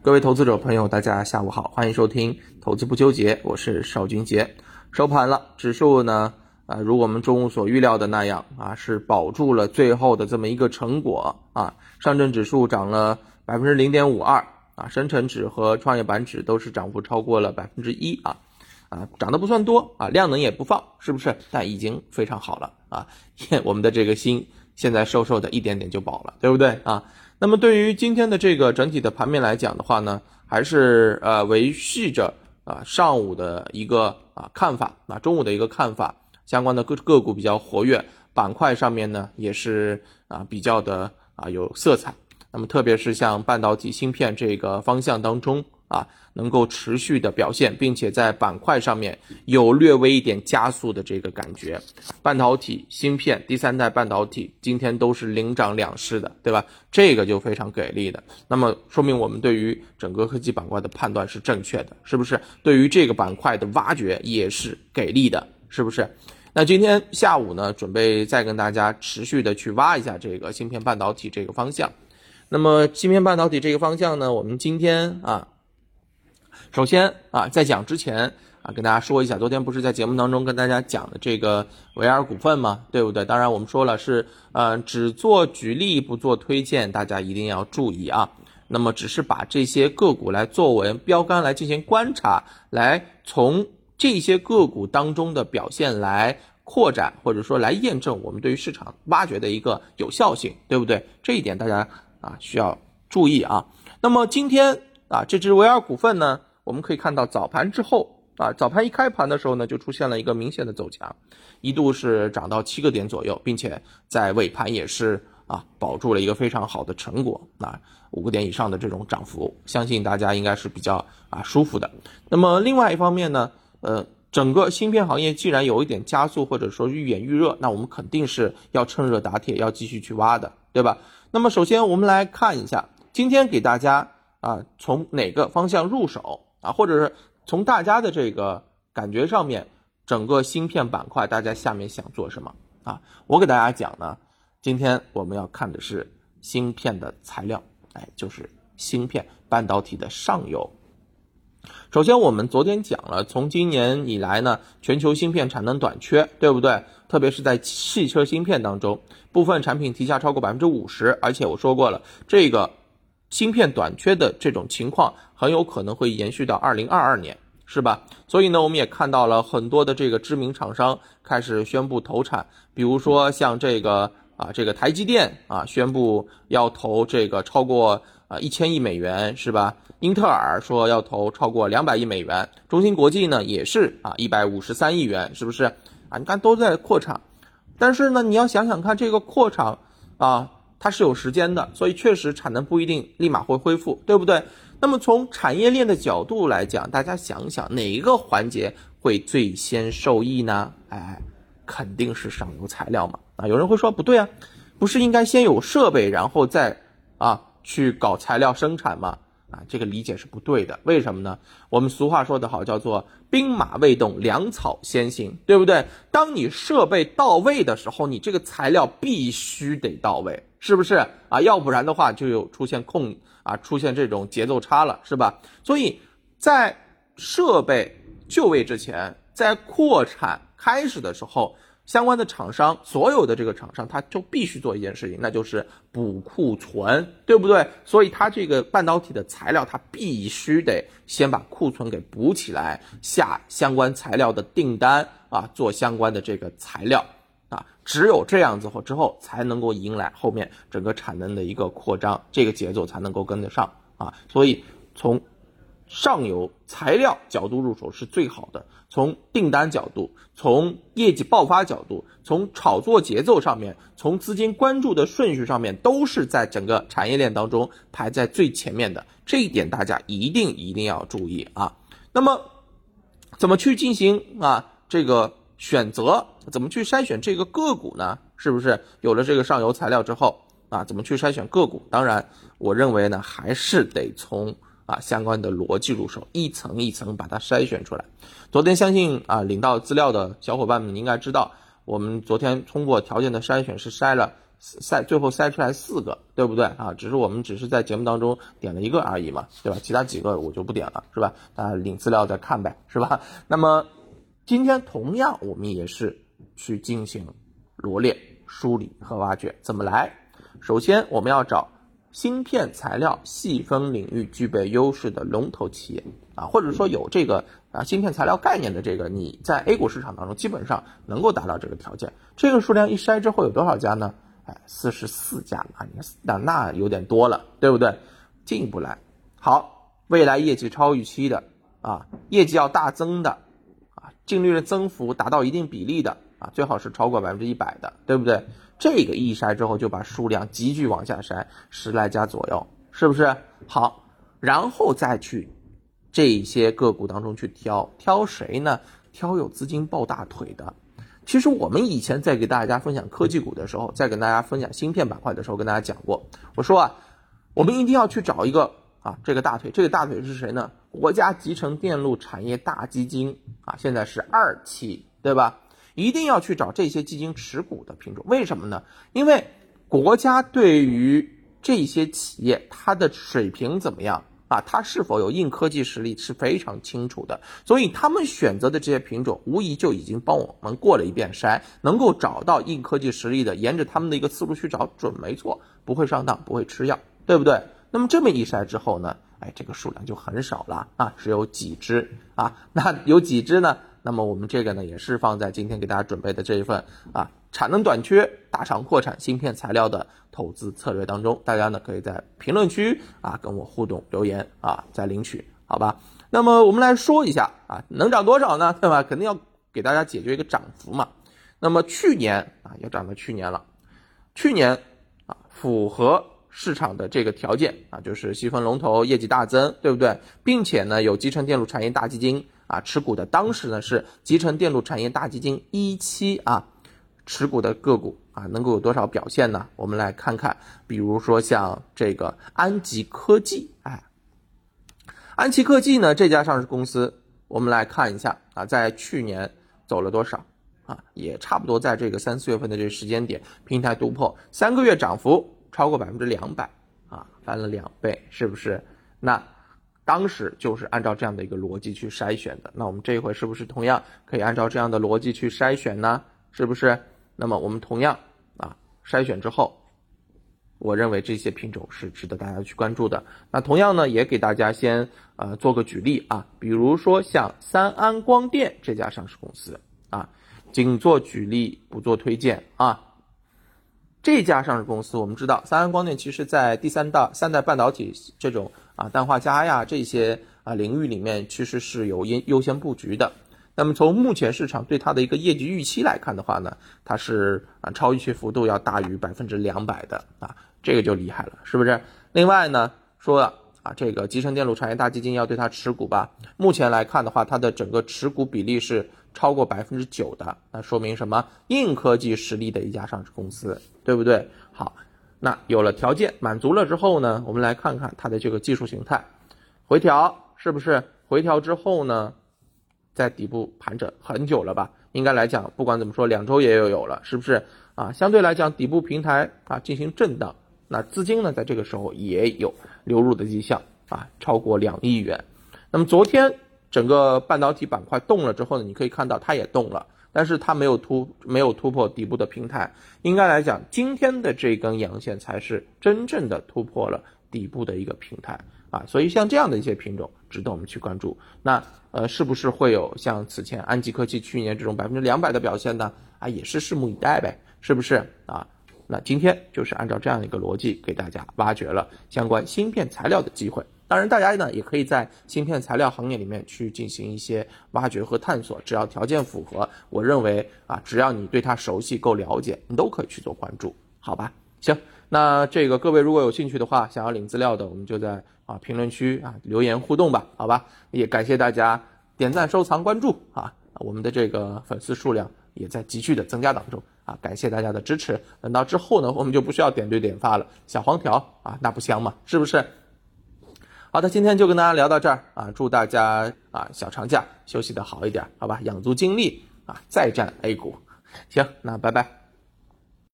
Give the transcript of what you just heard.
各位投资者朋友，大家下午好，欢迎收听投资不纠结，我是邵军杰。收盘了，指数呢如我们中午所预料的那样是保住了最后的这么一个成果上证指数涨了 0.52%深成指和创业板指都是涨幅超过了 1% 涨得不算多量能也不放，是不是？但已经非常好了我们的这个心现在瘦瘦的一点点就饱了，对不对那么对于今天的这个整体的盘面来讲的话呢，还是维系着上午的一个看法中午的一个看法，相关的个股比较活跃，板块上面呢也是比较的有色彩。那么特别是像半导体芯片这个方向当中能够持续的表现，并且在板块上面有略微一点加速的这个感觉。半导体芯片第三代半导体今天都是领涨两市的，对吧？这个就非常给力的。那么说明我们对于整个科技板块的判断是正确的，是不是？对于这个板块的挖掘也是给力的，是不是？那今天下午呢，准备再跟大家持续的去挖一下这个芯片半导体这个方向。那么芯片半导体这个方向呢，我们今天首先在讲之前跟大家说一下，昨天不是在节目当中跟大家讲的这个维尔股份吗？对不对？当然我们说了是只做举例不做推荐，大家一定要注意那么只是把这些个股来作为标杆来进行观察，来从这些个股当中的表现来扩展，或者说来验证我们对于市场挖掘的一个有效性，对不对？这一点大家需要注意那么今天这只维尔股份呢，我们可以看到早盘之后早盘一开盘的时候呢，就出现了一个明显的走强，一度是涨到7个点左右，并且在尾盘也是保住了一个非常好的成果5个点以上的这种涨幅，相信大家应该是比较舒服的。那么另外一方面呢整个芯片行业既然有一点加速或者说愈演愈热，那我们肯定是要趁热打铁，要继续去挖的，对吧？那么首先我们来看一下今天给大家从哪个方向入手或者是从大家的这个感觉上面，整个芯片板块大家下面想做什么我给大家讲呢，今天我们要看的是芯片的材料就是芯片半导体的上游。首先我们昨天讲了，从今年以来呢，全球芯片产能短缺，对不对？特别是在汽车芯片当中，部分产品提价超过 50%， 而且我说过了，这个芯片短缺的这种情况很有可能会延续到2022年，是吧？所以呢，我们也看到了很多的这个知名厂商开始宣布投产，比如说像这个台积电宣布要投这个超过1000亿美元，是吧？英特尔说要投超过200亿美元，中芯国际呢也是153亿元，是不是你看都在扩产。但是呢，你要想想看，这个扩产它是有时间的，所以确实产能不一定立马会恢复，对不对？那么从产业链的角度来讲，大家想想哪一个环节会最先受益呢？肯定是上游材料嘛。有人会说不对不是应该先有设备然后再去搞材料生产吗？这个理解是不对的。为什么呢？我们俗话说得好，叫做兵马未动，粮草先行，对不对？当你设备到位的时候，你这个材料必须得到位，是不是要不然的话就有出现这种节奏差了，是吧？所以在设备就位之前，在扩产开始的时候，相关的厂商，所有的这个厂商他就必须做一件事情，那就是补库存，对不对？所以他这个半导体的材料他必须得先把库存给补起来，下相关材料的订单做相关的这个材料只有这样子之后才能够迎来后面整个产能的一个扩张，这个节奏才能够跟得上所以从上游材料角度入手是最好的，从订单角度，从业绩爆发角度，从炒作节奏上面，从资金关注的顺序上面，都是在整个产业链当中排在最前面的，这一点大家一定要注意那么怎么去进行这个选择，怎么去筛选这个个股呢？是不是有了这个上游材料之后怎么去筛选个股？当然我认为呢，还是得从相关的逻辑入手，一层一层把它筛选出来。昨天相信领到资料的小伙伴们应该知道，我们昨天通过条件的筛选是筛了最后筛出来4个，对不对啊？我们只是在节目当中点了一个而已嘛，对吧？其他几个我就不点了，是吧？大家领资料再看呗，是吧？那么今天同样我们也是去进行罗列、梳理和挖掘，怎么来？首先我们要找芯片材料细分领域具备优势的龙头企业啊，或者说有这个芯片材料概念的这个，你在 A 股市场当中基本上能够达到这个条件。这个数量一筛之后有多少家呢？44家啊，那有点多了，对不对？进一步来，好，未来业绩超预期的啊，业绩要大增的啊，净利润增幅达到一定比例的啊，最好是超过100%的，对不对？这个一筛之后就把数量急剧往下筛，10来家左右，是不是？好，然后再去这些个股当中去挑谁呢？挑有资金抱大腿的。其实我们以前在给大家分享科技股的时候，在跟大家分享芯片板块的时候，跟大家讲过，我说我们一定要去找一个这个大腿，这个大腿是谁呢？国家集成电路产业大基金现在是2期，对吧？一定要去找这些基金持股的品种，为什么呢？因为国家对于这些企业它的水平怎么样它是否有硬科技实力是非常清楚的，所以他们选择的这些品种无疑就已经帮我们过了一遍筛，能够找到硬科技实力的，沿着他们的一个思路去找准没错，不会上当，不会吃药，对不对？那么这么一筛之后呢，这个数量就很少了只有几只那有几只呢？那么我们这个呢也是放在今天给大家准备的这一份产能短缺大厂扩产芯片材料的投资策略当中，大家呢可以在评论区跟我互动留言再领取，好吧？那么我们来说一下能涨多少呢？对吧？肯定要给大家解决一个涨幅嘛。那么去年要涨到去年了，去年符合市场的这个条件就是细分龙头业绩大增，对不对？并且呢有集成电路产业大基金持股的，当时呢是集成电路产业大基金1期持股的个股能够有多少表现呢？我们来看看，比如说像这个安吉科技安吉科技呢这家上市公司，我们来看一下在去年走了多少也差不多在这个3、4月份的这个时间点，平台突破3个月涨幅超过200%翻了2倍，是不是？那当时就是按照这样的一个逻辑去筛选的，那我们这一回是不是同样可以按照这样的逻辑去筛选呢？是不是？那么我们同样筛选之后，我认为这些品种是值得大家去关注的。那同样呢也给大家先做个举例比如说像三安光电这家上市公司仅做举例不做推荐这家上市公司我们知道三安光电其实在第三代半导体这种氮化镓呀这些领域里面其实是有优先布局的。那么从目前市场对它的一个业绩预期来看的话呢，它是超预期幅度要大于200%的这个就厉害了，是不是？另外呢说了这个集成电路产业大基金要对它持股吧，目前来看的话，它的整个持股比例是超过9%的，那说明什么？硬科技实力的一家上市公司，对不对？好，那有了条件满足了之后呢，我们来看看它的这个技术形态，回调是不是？回调之后呢，在底部盘整很久了吧？应该来讲，不管怎么说，2周也有了，是不是？相对来讲，底部平台进行震荡，那资金呢，在这个时候也有流入的迹象超过2亿元。那么昨天整个半导体板块动了之后呢，你可以看到它也动了，但是它没有突破底部的平台。应该来讲，今天的这根阳线才是真正的突破了底部的一个平台所以像这样的一些品种值得我们去关注。那是不是会有像此前安吉科技去年这种200%的表现呢？也是拭目以待呗，是不是那今天就是按照这样的一个逻辑给大家挖掘了相关芯片材料的机会。当然大家呢也可以在芯片材料行业里面去进行一些挖掘和探索，只要条件符合，我认为只要你对它熟悉够了解，你都可以去做关注，好吧？行，那这个各位如果有兴趣的话，想要领资料的，我们就在评论区留言互动吧，好吧？也感谢大家点赞、收藏、关注我们的这个粉丝数量也在急剧的增加当中感谢大家的支持。等到之后呢，我们就不需要点对点发了，小黄条那不香嘛，是不是？好的，今天就跟大家聊到这儿祝大家小长假休息的好一点，好吧？养足精力再战 A 股。行，那拜拜。